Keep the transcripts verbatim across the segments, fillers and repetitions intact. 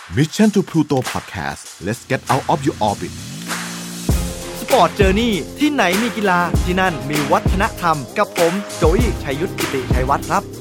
Mission to Pluto Podcast Let's get out of your orbit Sport Journey ที่ไหนมีกีฬาที่นั่นมีวัฒนธรรมกับผมโจอี้ชัยยุทธกิติชัยวัฒน์ครับ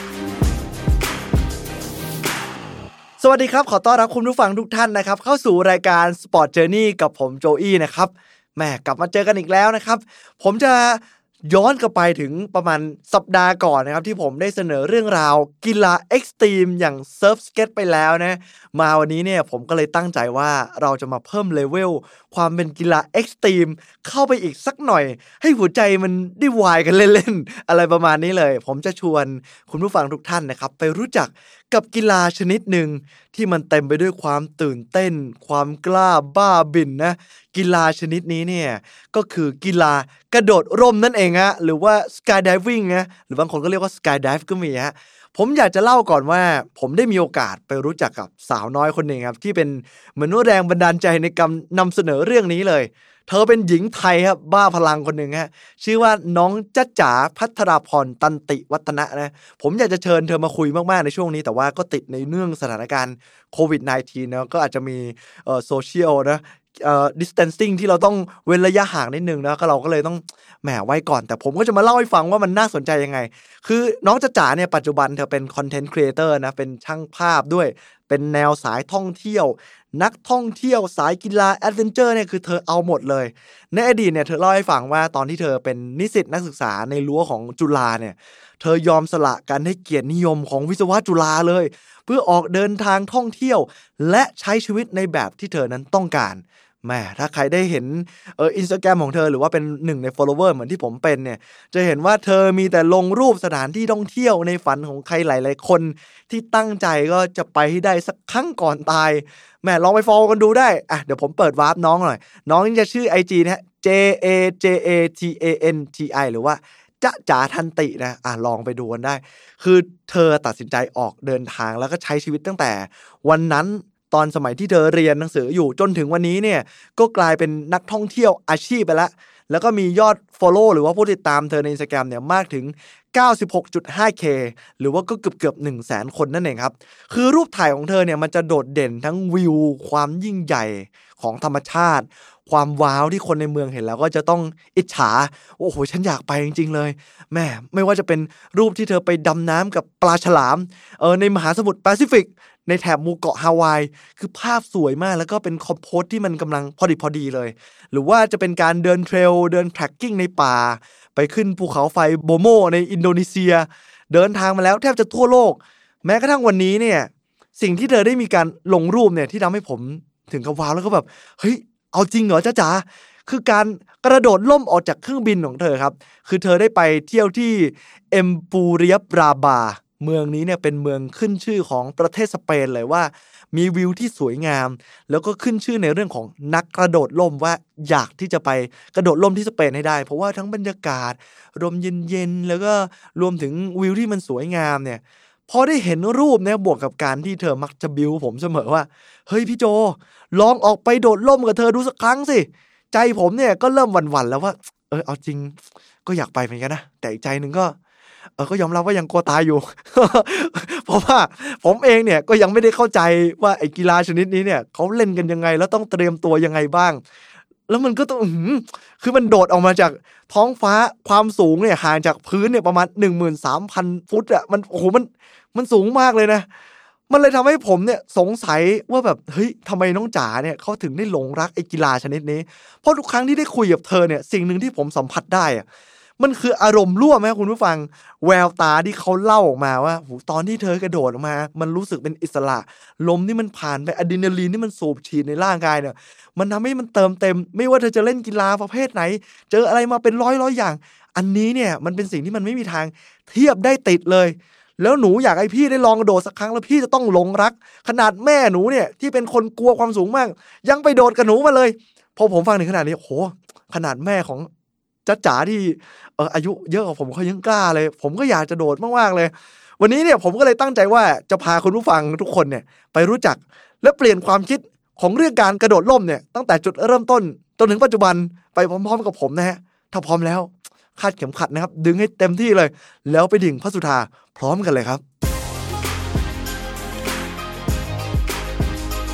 สวัสดีครับขอต้อนรับคุณผู้ฟังทุกท่านนะครับเข้าสู่รายการ Sport Journey กับผมโจอี้นะครับแม่กลับมาเจอกันอีกแล้วนะครับผมจะย้อนกลับไปถึงประมาณสัปดาห์ก่อนนะครับที่ผมได้เสนอเรื่องราวกีฬาเอ็กซ์ตรีมอย่างเซิร์ฟสเก็ตไปแล้วนะมาวันนี้เนี่ยผมก็เลยตั้งใจว่าเราจะมาเพิ่มเลเวลความเป็นกีฬาเอ็กซ์ตรีมเข้าไปอีกสักหน่อยให้หัวใจมันได้วายกันเล่นๆอะไรประมาณนี้เลยผมจะชวนคุณผู้ฟังทุกท่านนะครับไปรู้จักกับกีฬาชนิดหนึ่งที่มันเต็มไปด้วยความตื่นเต้นความกล้าบ้าบินนะกีฬาชนิดนี้เนี่ยก็คือกีฬากระโดดร่มนั่นเองฮะหรือว่าสกายไดวิ่งนะหรือบางคนก็เรียกว่าสกายไดฟ์ก็มีฮะผมอยากจะเล่าก่อนว่าผมได้มีโอกาสไปรู้จักกับสาวน้อยคนหนึ่งครับที่เป็นเหมือนแรงบันดาลใจในการนำเสนอเรื่องนี้เลยเธอเป็นหญิงไทยครับบ้าพลังคนหนึ่งฮะชื่อว่าน้องจ๊ะจ๋าภัทราพรตันติวัฒนะนะผมอยากจะเชิญเธอมาคุยมากๆในช่วงนี้แต่ว่าก็ติดในเนื่องสถานการณ์โควิด สิบเก้า นะก็อาจจะมีเอ่อโซเชียลนะเอ่อ distancing ที่เราต้องเว้นระยะห่างนิดนึงนะก็เราก็เลยต้องแหมไว้ก่อนแต่ผมก็จะมาเล่าให้ฟังว่ามันน่าสนใจยังไงคือน้องจ๊ะจ๋าเนี่ยปัจจุบันเธอเป็นคอนเทนต์ครีเอเตอร์นะเป็นช่างภาพด้วยเป็นแนวสายท่องเที่ยวนักท่องเที่ยวสายกีฬาแอดเวนเจอร์เนี่ยคือเธอเอาหมดเลยในอดีตเนี่ยเธอเล่าให้ฟังว่าตอนที่เธอเป็นนิสิตนักศึกษาในรั้วของจุฬาเนี่ยเธอยอมสละการให้เกียรตินิยมของวิศวะจุฬาเลยเพื่อออกเดินทางท่องเที่ยวและใช้ชีวิตในแบบที่เธอนั้นต้องการแม่ถ้าใครได้เห็นเออ Instagram ของเธอหรือว่าเป็นหนึ่งใน follower เหมือนที่ผมเป็นเนี่ยจะเห็นว่าเธอมีแต่ลงรูปสถานที่ท่องเที่ยวในฝันของใครหลายๆคนที่ตั้งใจก็จะไปให้ได้สักครั้งก่อนตายแม่ลองไป follow กันดูได้อ่ะเดี๋ยวผมเปิดวาร์ปน้องหน่อยน้องจะชื่อ ไอ จี นะฮะ J A J A T A N T I หรือว่าจ๊ะจ๋าทันตินะอ่ะลองไปดูกันได้คือเธอตัดสินใจออกเดินทางแล้วก็ใช้ชีวิตตั้งแต่วันนั้นตอนสมัยที่เธอเรียนหนังสืออยู่จนถึงวันนี้เนี่ยก็กลายเป็นนักท่องเที่ยวอาชีพไปแล้วแล้วก็มียอด follow หรือว่าผู้ติดตามเธอใน Instagram เนี่ยมากถึง เก้าสิบหกจุดห้าเค หรือว่าก็เกือบๆ หนึ่งแสน คนนั่นเองครับคือรูปถ่ายของเธอเนี่ยมันจะโดดเด่นทั้งวิวความยิ่งใหญ่ของธรรมชาติความว้าวที่คนในเมืองเห็นแล้วก็จะต้องอิจฉาโอ้โหฉันอยากไปจริงๆเลยแม่ไม่ว่าจะเป็นรูปที่เธอไปดำน้ำกับปลาฉลามเออในมหาสมุทรแปซิฟิกในแถบหมู่เกาะฮาวายคือภาพสวยมากแล้วก็เป็นคอมโพสที่มันกำลังพอดีพอดีเลยหรือว่าจะเป็นการเดินเทรลเดินแทร็กกิ้งในป่าไปขึ้นภูเขาไฟโบโมในอินโดนีเซียเดินทางมาแล้วแทบจะทั่วโลกแม้กระทั่งวันนี้เนี่ยสิ่งที่เธอได้มีการลงรูปเนี่ยที่ทำให้ผมถึงกับว้าวแล้วก็แบบเฮ้ยเอาจริงเหรอจ๊ะจ๋าคือการกระโดดล่มออกจากเครื่องบินของเธอครับคือเธอได้ไปเที่ยวที่เอมปูเรียบราบาเมืองนี้เนี่ยเป็นเมืองขึ้นชื่อของประเทศสเปนเลยว่ามีวิวที่สวยงามแล้วก็ขึ้นชื่อในเรื่องของนักกระโดดร่มว่าอยากที่จะไปกระโดดร่มที่สเปนให้ได้เพราะว่าทั้งบรรยากาศลมเย็นๆแล้วก็รวมถึงวิวที่มันสวยงามเนี่ยพอได้เห็นรูปเนี่ยบวกกับการที่เธอมักจะบิ้วผมเสมอว่าเฮ้ยพี่โจลองออกไปโดดร่มกับเธอดูสักครั้งสิใจผมเนี่ยก็เริ่มหวั่นๆแล้วว่าเออเอาจริงก็อยากไปเหมือนกันนะแต่อีกใจนึงก็เออก็ยอมรับว่ายังกลัวตายอยู่ เพราะว่าผมเองเนี่ยก็ยังไม่ได้เข้าใจว่าไอ้กีฬาชนิดนี้เนี่ยเขาเล่นกันยังไงแล้วต้องเตรียมตัวยังไงบ้างแล้วมันก็ต้องคือมันโดดออกมาจากท้องฟ้าความสูงเนี่ยห่างจากพื้นเนี่ยประมาณ หนึ่งหมื่นสามพัน ฟุตอ่ะมันโอ้โหมันมันสูงมากเลยนะมันเลยทำให้ผมเนี่ยสงสัยว่าแบบเฮ้ยทำไมน้องจ๋าเนี่ยเขาถึงได้หลงรักไอ้กีฬาชนิดนี้เพราะทุกครั้งที่ได้คุยกับเธอเนี่ยสิ่งนึงที่ผมสัมผัสได้อ่ะมันคืออารมณ์ร่วมไหมคุณผู้ฟังแววตาที่เขาเล่าออกมาว่าโหตอนที่เธอกระโดดออกมามันรู้สึกเป็นอิสระลมที่มันผ่านไปอะดรีนาลีนที่มันสูบฉีดในร่างกายเนี่ยมันทำให้มันเติมเต็มไม่ว่าเธอจะเล่นกีฬาประเภทไหนเจออะไรมาเป็นร้อยร้อยอย่างอันนี้เนี่ยมันเป็นสิ่งที่มันไม่มีทางเทียบได้ติดเลยแล้วหนูอยากให้พี่ได้ลองกระโดดสักครั้งแล้วพี่จะต้องหลงรักขนาดแม่หนูเนี่ยที่เป็นคนกลัวความสูงมากยังไปโดดกับหนูมาเลยพอผมฟังถึงขนาดนี้โหขนาดแม่ของจ๊ะจ๋าที่เอออายุเยอะกว่าผมเขายังกล้าเลยผมก็อยากจะโดดมากๆเลยวันนี้เนี่ยผมก็เลยตั้งใจว่าจะพาคุณผู้ฟังทุกคนเนี่ยไปรู้จักและเปลี่ยนความคิดของเรื่องการกระโดดร่มเนี่ยตั้งแต่จุดเริ่มต้นจนถึงปัจจุบันไปพร้อมๆกับผมนะฮะถ้าพร้อมแล้วคาดเข็มขัดนะครับดึงให้เต็มที่เลยแล้วไปดิ่งพระสุธาพร้อมกันเลยครับ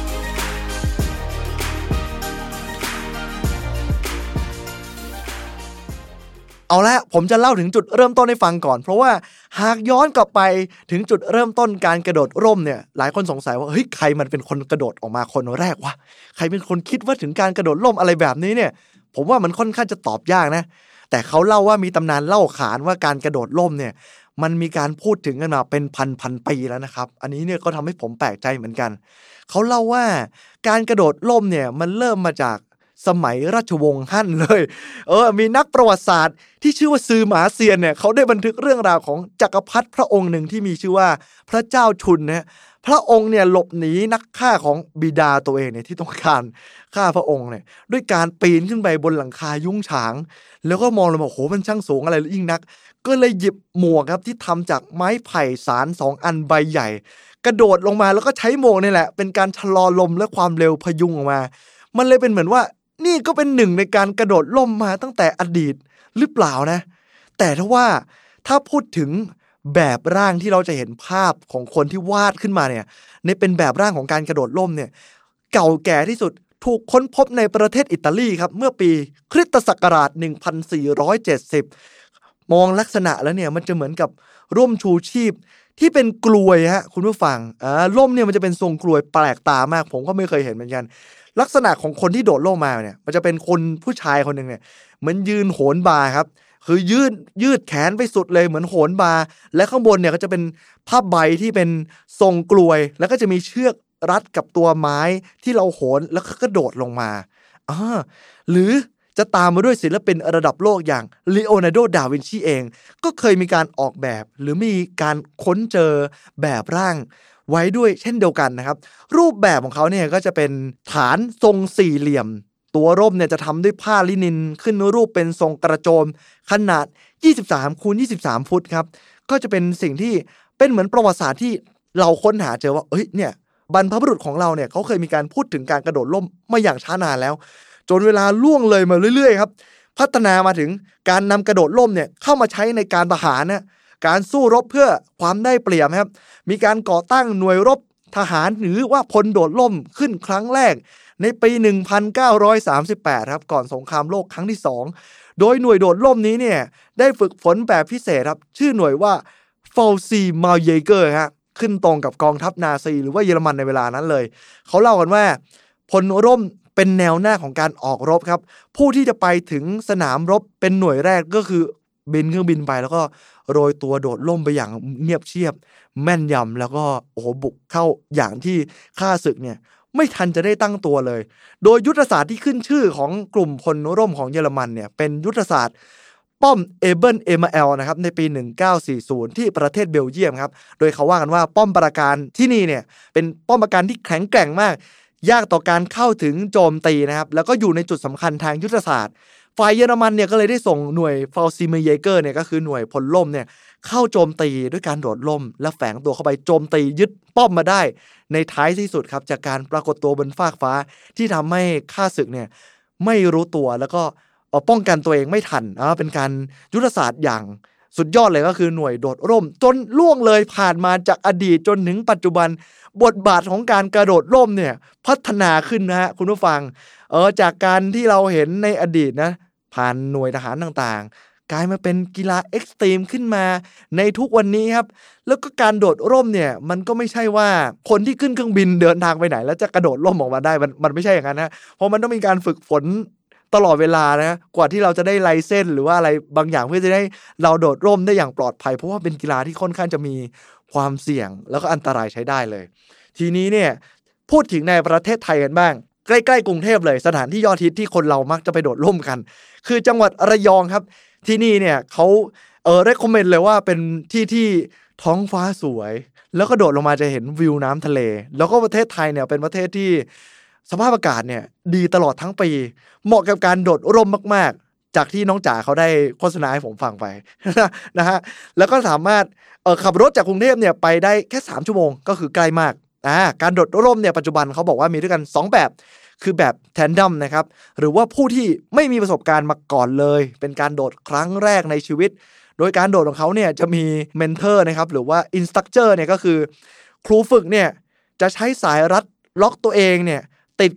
เอาละผมจะเล่าถึงจุดเริ่มต้นให้ฟังก่อนเพราะว่าหากย้อนกลับไปถึงจุดเริ่มต้นการกระโดดร่มเนี่ยหลายคนสงสัยว่าเฮ้ยใครมันเป็นคนกระโดดออกมาคนแรกวะใครเป็นคนคิดว่าถึงการกระโดดร่มอะไรแบบนี้เนี่ยผมว่ามันค่อนข้างจะตอบยากนะแต่เขาเล่าว่ามีตำนานเล่าขานว่าการกระโดดร่มเนี่ยมันมีการพูดถึงกันมาเป็นพันพันปีแล้วนะครับอันนี้เนี่ยก็ทำให้ผมแปลกใจเหมือนกันเขาเล่าว่าการกระโดดร่มเนี่ยมันเริ่มมาจากสมัยราชวงศ์ฮั่นเลยเออมีนักประวัติศาสตร์ที่ชื่อว่าซือหมาเซียนเนี่ยเขาได้บันทึกเรื่องราวของจักรพรรดิพระองค์หนึ่งที่มีชื่อว่าพระเจ้าชุนนะพระองค์เนี่ยหลบหนีนักฆ่าของบิดาตัวเองเนี่ยที่ต้องการฆ่าพระองค์เนี่ยด้วยการปีนขึ้นไปบนหลังคายุ้งฉางแล้วก็มองลงมาโอ้โหมันช่างสูงอะไรยิ่งนักก็เลยหยิบหมวกครับที่ทำจากไม้ไผ่สารสองอันใบใหญ่กระโดดลงมาแล้วก็ใช้หมวกนี่แหละเป็นการชะลอลมและความเร็วพยุงออกมามันเลยเป็นเหมือนว่านี่ก็เป็นหนึ่งในการกระโดดล่มมาตั้งแต่อดีตหรือเปล่านะแต่ถ้าว่าถ้าพูดถึงแบบร่างที่เราจะเห็นภาพของคนที่วาดขึ้นมาเนี่ยในเป็นแบบร่างของการกระโดดล่มเนี่ยเก่าแก่ที่สุดถูกค้นพบในประเทศอิตาลีครับเมื่อปีคริสตศักราชหนึ่งพันสี่ร้อยเจ็ดสิบมองลักษณะแล้วเนี่ยมันจะเหมือนกับร่มชูชีพที่เป็นกลวยฮะคุณผู้ฟังอ่าร่มเนี่ยมันจะเป็นทรงกลวยแปลกตามากผมก็ไม่เคยเห็นเหมือนกันลักษณะของคนที่โดดร่มมาเนี่ยมันจะเป็นคนผู้ชายคนหนึ่งเนี่ยเหมือนยืนโหนบาร์ครับคือยืดยืดแขนไปสุดเลยเหมือนโหนบาร์และข้างบนเนี่ยก็จะเป็นผ้าใบที่เป็นทรงกลวยแล้วก็จะมีเชือกรัดกับตัวไม้ที่เราโหนแล้วก็กระโดดลงมาอ่าหรือจะตามมาด้วยศิลปินระดับโลกอย่างลีโอนาร์โด ดาวินชีเองก็เคยมีการออกแบบหรือมีการค้นเจอแบบร่างไว้ด้วยเช่นเดียวกันนะครับรูปแบบของเขาเนี่ยก็จะเป็นฐานทรงสี่เหลี่ยมตัวร่มเนี่ยจะทำด้วยผ้าลินินขึ้นรูปเป็นทรงกระโจมขนาดยี่สิบสามคูณยี่สิบสามฟุตครับก็จะเป็นสิ่งที่เป็นเหมือนประวัติศาสตร์ที่เราค้นหาเจอว่าเอ้ยเนี่ยบรรพบุรุษของเราเนี่ยเขาเคยมีการพูดถึงการกระโดดร่มมาอย่างช้านานแล้วจนเวลาล่วงเลยมาเรื่อยๆครับพัฒนามาถึงการนำกระโดดร่มเนี่ยเข้ามาใช้ในการทหารนะการสู้รบเพื่อความได้เปรียบครับมีการก่อตั้งหน่วยรบทหารหรือว่าพลโดดร่มขึ้นครั้งแรกในปีหนึ่งพันเก้าร้อยสามสิบแปดครับก่อนสงครามโลกครั้งที่สองโดยหน่วยโดดร่มนี้เนี่ยได้ฝึกฝนแบบพิเศษครับชื่อหน่วยว่าฟอลซีมาเยเกอร์ฮะขึ้นตรงกับกองทัพนาซีหรือว่าเยอรมันในเวลานั้นเลยเขาเล่ากันว่าพลร่มเป็นแนวหน้าของการออกรบครับผู้ที่จะไปถึงสนามรบเป็นหน่วยแรกก็คือบินเครื่องบินไปแล้วก็โรยตัวโดดร่มไปอย่างเงียบเชียบแม่นยำแล้วก็โอ้โหบุกเข้าอย่างที่ข้าศึกเนี่ยไม่ทันจะได้ตั้งตัวเลยโดยยุทธศาสตร์ที่ขึ้นชื่อของกลุ่มพลร่มของเยอรมันเนี่ยเป็นยุทธศาสตร์ป้อมเอเบิลเอมาเอลนะครับในปีหนึ่งพันเก้าร้อยสี่สิบที่ประเทศเบลเยียมครับโดยเขาว่ากันว่าป้อมปราการที่นี่เนี่ยเป็นป้อมปราการที่แข็งแกร่งมากยากต่อการเข้าถึงโจมตีนะครับแล้วก็อยู่ในจุดสำคัญทางยุทธศาสตร์ฝ่ายเยอรมันเนี่ยก็เลยได้ส่งหน่วยฟอลซิเมเยเกอร์เนี่ยก็คือหน่วยพลร่มเนี่ยเข้าโจมตีด้วยการโดดร่มและแฝงตัวเข้าไปโจมตียึดป้อมมาได้ในท้ายที่สุดครับจากการปรากฏตัวบนฟากฟ้าที่ทำให้ข้าศึกเนี่ยไม่รู้ตัวแล้วก็ป้องกันตัวเองไม่ทันอ่าเป็นการยุทธศาสตร์อย่างสุดยอดเลยก็คือหน่วยโดดร่มจนล่วงเลยผ่านมาจากอดีตจนถึงปัจจุบันบทบาทของการกระโดดร่มเนี่ยพัฒนาขึ้นนะฮะคุณผู้ฟังเออจากการที่เราเห็นในอดีตนะผ่านหน่วยทหารต่างๆกลายมาเป็นกีฬาเอ็กซ์ตรีมขึ้นมาในทุกวันนี้ครับแล้วก็การโดดร่มเนี่ยมันก็ไม่ใช่ว่าคนที่ขึ้นเครื่องบินเดินทางไปไหนแล้วจะกระโดดร่มออกมาได้มันมันไม่ใช่อย่างนั้นนะเพราะมันต้องมีการฝึกฝนตลอดเวลานะกว่าที่เราจะได้ไลเซนส์หรือว่าอะไรบางอย่างเพื่อจะได้เราโดดร่มได้อย่างปลอดภัยเพราะว่าเป็นกีฬาที่ค่อนข้างจะมีความเสี่ยงแล้วก็อันตรายใช้ได้เลยทีนี้เนี่ยพูดถึงในประเทศไทยกันบ้างใกล้ๆกรุงเทพเลยสถานที่ยอดฮิตที่คนเรามักจะไปโดดร่มกันคือจังหวัดระยองครับที่นี่เนี่ยเขาเออเรคคอมเมนต์เลยว่าเป็นที่ที่ท้องฟ้าสวยแล้วก็โดดลงมาจะเห็นวิวน้ำทะเลแล้วก็ประเทศไทยเนี่ยเป็นประเทศที่สภาพอากาศเนี่ยดีตลอดทั้งปีเหมาะกับการโดดร่มมากๆจากที่น้องจ๋าเขาได้โฆษณาให้ผมฟังไป นะฮะแล้วก็สามารถเออขับรถจากกรุงเทพเนี่ยไปได้แค่สามชั่วโมงก็คือใกล้มากอ่าการโดดร่มเนี่ยปัจจุบันเขาบอกว่ามีด้วยกันสองแบบคือแบบแทนดัมนะครับหรือว่าผู้ที่ไม่มีประสบการณ์มาก่อนเลยเป็นการโดดครั้งแรกในชีวิตโดยการโดดของเขาเนี่ยจะมีเมนเทอร์นะครับหรือว่าอินสตรัคเตอร์เนี่ยก็คือครูฝึกเนี่ยจะใช้สายรัดล็อกตัวเองเนี่ยติดกับ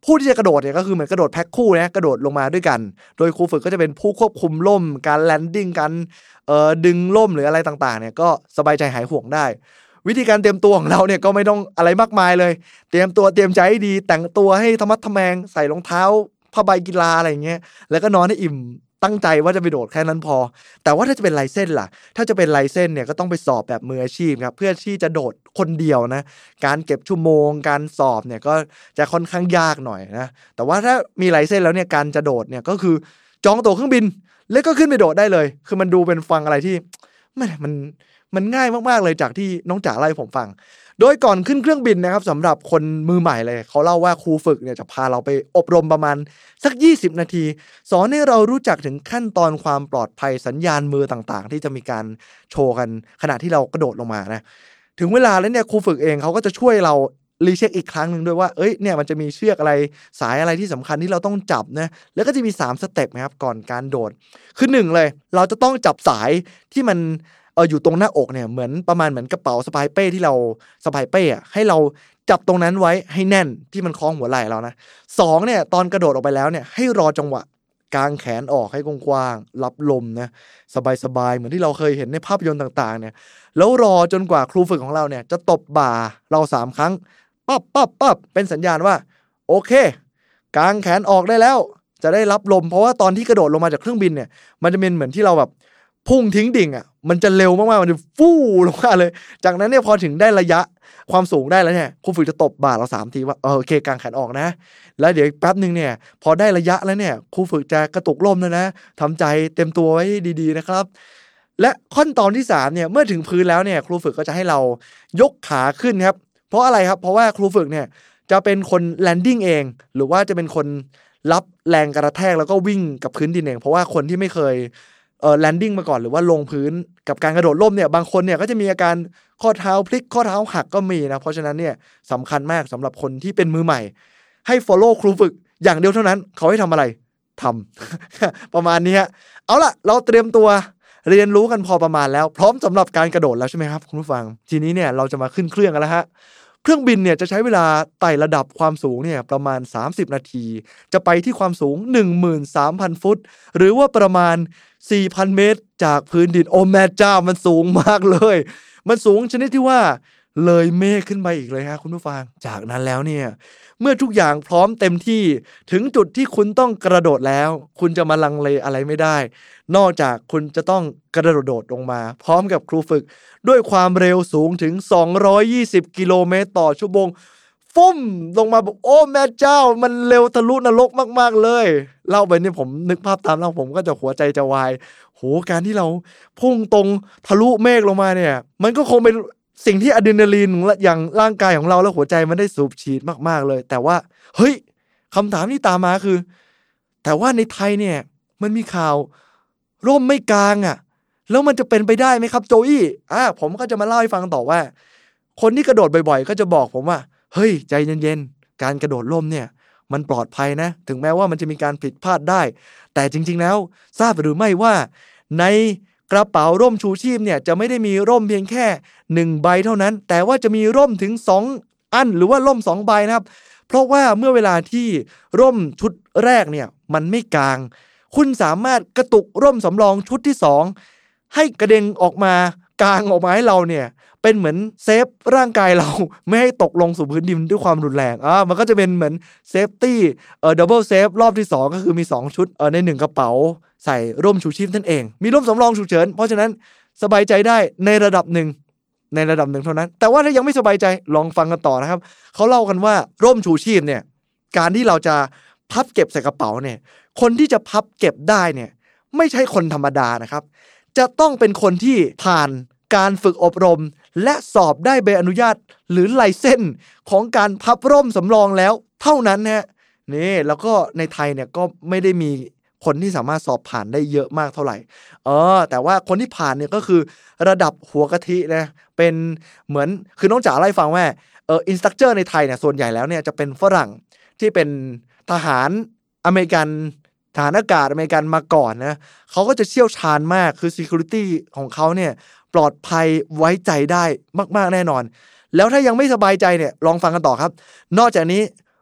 ผู้ที่จะกระโดดเนี่ยก็คือเหมือนกระโดดแพ็คคู่นะกระโดดลงมาด้วยกันโดยครูฝึกก็จะเป็นผู้ควบคุมล่มการแลนดิ้งการเอ่อดึงล่มหรืออะไรต่างๆเนี่ยก็สบายใจหายห่วงได้วิธีการเตรียมตัวของเราเนี่ยก็ไม่ต้องอะไรมากมายเลยเตรียมตัวเตรียมใจให้ดีแต่งตัวให้ธรรมัดทะแมงใส่รองเท้าผ้าใบกีฬาอะไรอย่างเงี้ยแล้วก็นอนให้อิ่มตั้งใจว่าจะไปโดดแค่นั้นพอแต่ว่าถ้าจะเป็นไลเซนส์ล่ะถ้าจะเป็นไลเซนส์เนี่ยก็ต้องไปสอบแบบมืออาชีพครับเพื่อที่จะโดดคนเดียวนะการเก็บชั่วโมงการสอบเนี่ยก็จะค่อนข้างยากหน่อยนะแต่ว่าถ้ามีไลเซนส์แล้วเนี่ยการจะโดดเนี่ยก็คือจองตั๋วเครื่องบินแล้วก็ขึ้นไปโดดได้เลยคือมันดูเป็นฟังอะไรที่มันมันมันง่ายมากๆเลยจากที่น้องจ๋าเล่าให้ผมฟังโดยก่อนขึ้นเครื่องบินนะครับสำหรับคนมือใหม่เลยเขาเล่าว่าครูฝึกเนี่ยจะพาเราไปอบรมประมาณสักยี่สิบนาทีสอนให้เรารู้จักถึงขั้นตอนความปลอดภัยสัญญาณมือต่างๆที่จะมีการโชว์กันขณะที่เรากระโดดลงมานะถึงเวลาแล้วเนี่ยครูฝึกเองเขาก็จะช่วยเรารีเช็คอีกครั้งนึงด้วยว่าเอ้ยเนี่ยมันจะมีเชือกอะไรสายอะไรที่สำคัญที่เราต้องจับนะแล้วก็จะมีสามสเต็ปนะครับก่อนการโดดคือหนึ่งเลยเราจะต้องจับสายที่มันเอออยู่ตรงหน้าอกเนี่ยเหมือนประมาณเหมือนกระเป๋าสะพายเป้ที่เราสะพายเป้อะให้เราจับตรงนั้นไว้ให้แน่นที่มันคล้องหัวไหล่เรานะสองเนี่ยตอนกระโดดออกไปแล้วเนี่ยให้รอจังหวะกางแขนออกให้กว้างๆรับลมนะสบายๆเหมือนที่เราเคยเห็นในภาพยนตร์ต่างๆเนี่ยแล้วรอจนกว่าครูฝึกของเราเนี่ยจะตบบ่าเราสามครั้งปั๊บปั๊บปั๊บเป็นสัญญาณว่าโอเคกางแขนออกได้แล้วจะได้รับลมเพราะว่าตอนที่กระโดดลงมาจากเครื่องบินเนี่ยมันจะเป็นเหมือนที่เราแบบพุ่งทิ้งดิ่งอ่ะมันจะเร็วมากๆมันจะฟู่ลงมาเลยจากนั้นเนี่ยพอถึงได้ระยะความสูงได้แล้วเนี่ยครูฝึกจะตบบ่าเราสามทีว่าเออโอเคกางแขนออกนะแล้วเดี๋ยวแป๊บนึงเนี่ยพอได้ระยะแล้วเนี่ยครูฝึกจะกระตุกลมแล้วนะทำใจเต็มตัวไว้ดีๆนะครับและขั้นตอนที่สามเนี่ยเมื่อถึงพื้นแล้วเนี่ยครูฝึกก็จะให้เรายกขาขึ้นครับเพราะอะไรครับเพราะว่าครูฝึกเนี่ยจะเป็นคนแลนดิ้งเองหรือว่าจะเป็นคนรับแรงกระแทกแล้วก็วิ่งกับพื้นดินเองเพราะว่าคนที่ไม่เคยเอ่อแลนดิ้งมาก่อนหรือว่าลงพื้นกับการกระโดดร่มเนี่ยบางคนเนี่ยก็จะมีอาการข้อเท้าพลิกข้อเท้าหักก็มีนะเพราะฉะนั้นเนี่ยสำคัญมากสำหรับคนที่เป็นมือใหม่ให้ follow ครูฝึกอย่างเดียวเท่านั้นเขาให้ทำอะไรทำ ประมาณนี้ฮะเอาล่ะเราเตรียมตัวเรียนรู้กันพอประมาณแล้วพร้อมสำหรับการกระโดดแล้วใช่ไหมครับคุณผู้ฟังทีนี้เนี่ยเราจะมาขึ้นเครื่องกันแล้วฮะเครื่องบินเนี่ยจะใช้เวลาไต่ระดับความสูงเนี่ยประมาณสามสิบนาทีจะไปที่ความสูง หนึ่งหมื่นสามพัน ฟุตหรือว่าประมาณ สี่พัน เมตรจากพื้นดินโอ้แม่เจ้ามันสูงมากเลยมันสูงชนิดที่ว่าเลยเมฆขึ้นไปอีกเลยฮะคุณผู้ฟังจากนั้นแล้วเนี่ยเมื่อทุกอย่างพร้อมเต็มที่ถึงจุดที่คุณต้องกระโดดแล้วคุณจะมาลังเลอะไรไม่ได้นอกจากคุณจะต้องกระโดดโดดลงมาพร้อมกับครูฝึกด้วยความเร็วสูงถึงสองร้อยยี่สิบกิโลเมตรต่อชั่วโมงฟุ่มลงมาบอกโอ้แม่เจ้ามันเร็วทะลุนรกมากๆเลยเล่าไปเนี่ยผมนึกภาพตามแล้วผมก็จะหัวใจจะวายโหการที่เราพุ่งตรงทะลุเมฆลงมาเนี่ยมันก็คงเป็นสิ่งที่อะดรีนาลีนอย่างร่างกายของเราและหัวใจมันได้สูบฉีดมากๆเลยแต่ว่าเฮ้ยคำถามที่ตามมาคือแต่ว่าในไทยเนี่ยมันมีข่าวร่มไม่กลางอ่ะแล้วมันจะเป็นไปได้ไหมครับโจอี้อ่ะผมก็จะมาเล่าให้ฟังต่อว่าคนที่กระโดดบ่อยๆก็จะบอกผมว่าเฮ้ยใจเย็นๆการกระโดดร่มเนี่ยมันปลอดภัยนะถึงแม้ว่ามันจะมีการผิดพลาดได้แต่จริงๆแล้วทราบหรือไม่ว่าในกระเป๋าร่มชูชีพเนี่ยจะไม่ได้มีร่มเพียงแค่หนึ่งใบเท่านั้นแต่ว่าจะมีร่มถึงสองอันหรือว่าร่มสองใบนะครับเพราะว่าเมื่อเวลาที่ร่มชุดแรกเนี่ยมันไม่กางคุณสามารถกระตุกร่มสำรองชุดที่สองให้กระเด็นออกมากางออกมาให้เราเนี่ยเป็นเหมือนเซฟร่างกายเราไม่ให้ตกลงสู่พื้นดินด้วยความรุนแรงอ่ามันก็จะเป็นเหมือนเซฟตี้เอ่อดับเบิลเซฟรอบที่สองก็คือมีสองชุดเอ่อในหนึ่งกระเป๋าใส่ร่มชูชีพนั่นเองมีร่มสำรองฉุกเฉินเพราะฉะนั้นสบายใจได้ในระดับหนึ่งในระดับหนึ่งเท่านั้นแต่ว่าถ้ายังไม่สบายใจลองฟังกันต่อนะครับเขาเล่ากันว่าร่มชูชีพเนี่ยการที่เราจะพับเก็บใส่กระเป๋าเนี่ยคนที่จะพับเก็บได้เนี่ยไม่ใช่คนธรรมดานะครับจะต้องเป็นคนที่ผ่านการฝึกอบรมและสอบได้ใบอนุญาตหรือไลเซนส์ของการพับร่มสำรองแล้วเท่านั้นนะนี่แล้วก็ในไทยเนี่ยก็ไม่ได้มีคนที่สามารถสอบผ่านได้เยอะมากเท่าไหร่เออแต่ว่าคนที่ผ่านเนี่ยก็คือระดับหัวกะทินะเป็นเหมือนคือน้องจ๋าเล่าให้ฟังว่าเอออินสตรัคเตอร์ในไทยเนี่ยส่วนใหญ่แล้วเนี่ยจะเป็นฝรั่งที่เป็นทหารอเมริกันทหารอากาศอเมริกันมาก่อนนะเขาก็จะเชี่ยวชาญมากคือ security ของเขาเนี่ยปลอดภัยไว้ใจได้มากๆแน่นอนแล้วถ้ายังไม่สบายใจเนี่ยลองฟังกันต่อครับนอกจากนี้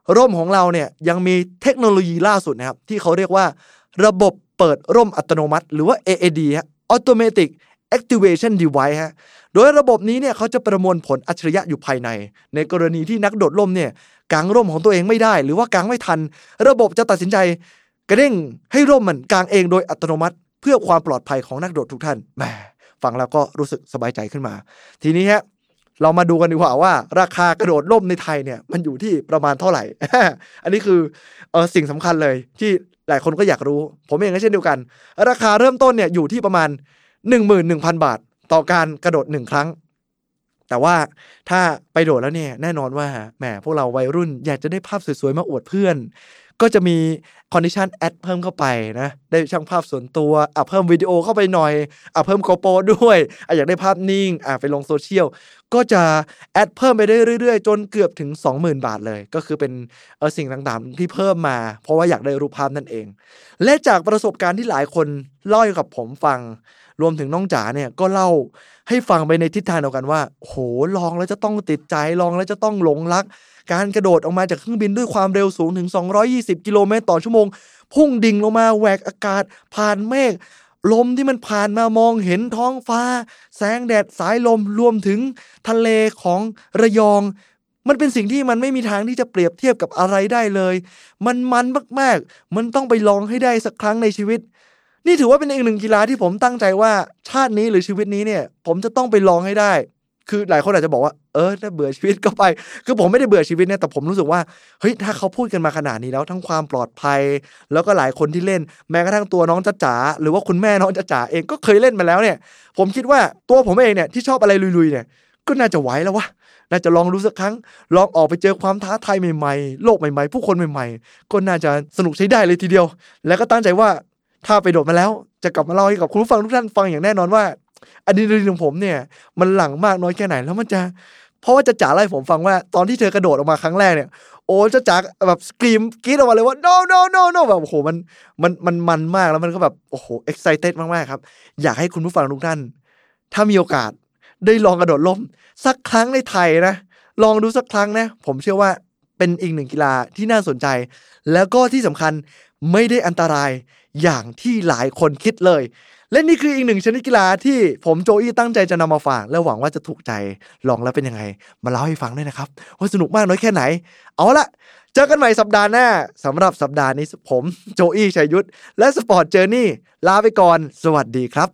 ร่มของเราเนี่ยยังมีเทคโนโลยีล่าสุดนะครับที่เขาเรียกว่าระบบเปิดร่มอัตโนมัติหรือว่า เอ เอ ดี ฮะ Automatic Activation Device ฮะโดยระบบนี้เนี่ยเขาจะประมวลผลอัจฉริยะอยู่ภายในในกรณีที่นักโดดร่มเนี่ยกางร่มของตัวเองไม่ได้หรือว่ากางไม่ทันระบบจะตัดสินใจกระเด้งให้ร่มมันกางเองโดยอัตโนมัติเพื่อความปลอดภัยของนักโดดทุกท่านแหมฟังแล้วก็รู้สึกสบายใจขึ้นมาทีนี้ฮะเรามาดูกันดีกว่าว่าราคากระโดดร่มในไทยเนี่ยมันอยู่ที่ประมาณเท่าไหร่ อันนี้คือเออสิ่งสำคัญเลยที่หลายคนก็อยากรู้ผมเองก็เช่นเดียวกันราคาเริ่มต้นเนี่ยอยู่ที่ประมาณ หนึ่งหมื่นหนึ่งพัน บาทต่อการกระโดดหนึ่งครั้งแต่ว่าถ้าไปโดดแล้วเนี่ยแน่นอนว่าแหมพวกเราวัยรุ่นอยากจะได้ภาพสวยๆมาอวดเพื่อนก็จะมีคอนดิชันแอดเพิ่มเข้าไปนะได้ช่างภาพส่วนตัวอ่ะเพิ่มวิดีโอเข้าไปหน่อยอ่ะเพิ่มโกโปรด้วยอ่ะอยากได้ภาพนิ่งอ่ะไปลงโซเชียลก็จะแอดเพิ่มไปได้เรื่อยๆจนเกือบถึง สองหมื่น บาทเลยก็คือเป็นเออสิ่งต่างๆที่เพิ่มมาเพราะว่าอยากได้รูปภาพนั่นเองและจากประสบการณ์ที่หลายคนเล่าให้กับผมฟังรวมถึงน้องจ๋าเนี่ยก็เล่าให้ฟังไปในทิศทางเดียวกันว่าโหลองแล้วจะต้องติดใจลองแล้วจะต้องหลงรักการกระโดดออกมาจากเครื่องบินด้วยความเร็วสูงถึงสองร้อยยี่สิบกิโลเมตรต่อชั่วโมงพุ่งดิ่งลงมาแหวกอากาศผ่านเมฆลมที่มันผ่านมามองเห็นท้องฟ้าแสงแดดสายลมรวมถึงทะเลของระยองมันเป็นสิ่งที่มันไม่มีทางที่จะเปรียบเทียบกับอะไรได้เลยมันมันมากๆมันต้องไปลองให้ได้สักครั้งในชีวิตนี่ถือว่าเป็นอีกหนึ่งกีฬาที่ผมตั้งใจว่าชาตินี้หรือชีวิตนี้เนี่ยผมจะต้องไปลองให้ได้คือหลายคนอาจจะบอกว่าเออถ้าเบื่อชีวิตก็ไปคือผมไม่ได้เบื่อชีวิตนะแต่ผมรู้สึกว่าเฮ้ยถ้าเขาพูดกันมาขนาดนี้แล้วทั้งความปลอดภัยแล้วก็หลายคนที่เล่นแม้กระทั่งตัวน้องจ๊ะจ๋าหรือว่าคุณแม่น้องจ๊ะจ๋าเองก็เคยเล่นมาแล้วเนี่ยผมคิดว่าตัวผมเองเนี่ยที่ชอบอะไรลุยๆเนี่ยก็น่าจะไหวแล้ววะน่าจะลองดูสักครั้งลองออกไปเจอความท้าทายใหม่ๆโลกใหม่ๆผู้คนใหม่ๆก็น่าจะสนุกใช้ได้เลยทีเดียวแล้วก็ตั้งใจว่าถ้าไปโดดมาแล้วจะกลับมาเล่าให้กับคุณผู้ฟังทุกท่านฟังอย่างแน่นอนว่าอะดรีนาลีนของผมเนี่ยมันหลั่งมากน้อยแค่ไหนแล้วมันจะเพราะว่าจะจ๋าเล่าให้ผมฟังว่าตอนที่เธอกระโดดออกมาครั้งแรกเนี่ยโอ้จะจ๋าแบบสกรีมกรี๊ดออกมาเลยว่า no no no no แบบโอ้โหมันมันมันมันมากแล้วมันก็แบบโอ้โห excited มากๆครับอยากให้คุณผู้ฟังทุกท่านถ้ามีโอกาสได้ลองกระโดดร่มสักครั้งในไทยนะลองดูสักครั้งนะผมเชื่อว่าเป็นอีกหนึ่งกีฬาที่น่าสนใจแล้วก็ที่สำคัญไม่ได้อันตรายอย่างที่หลายคนคิดเลยและนี่คืออีกหนึ่งชนิดกีฬาที่ผมโจอี้ตั้งใจจะนำมาฝากและหวังว่าจะถูกใจลองแล้วเป็นยังไงมาเล่าให้ฟังด้วยนะครับว่าสนุกมากน้อยแค่ไหนเอาละเจอกันใหม่สัปดาห์หน้าสำหรับสัปดาห์นี้ผมโจอี้ชัยยุทธและสปอร์ตเจอร์นี่ลาไปก่อนสวัสดีครับ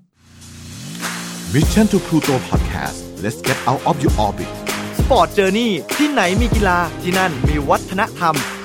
Mission to Pluto Podcast let's get out of your orbit Sport Journey ที่ไหนมีกีฬาที่นั่นมีวัฒนธรรม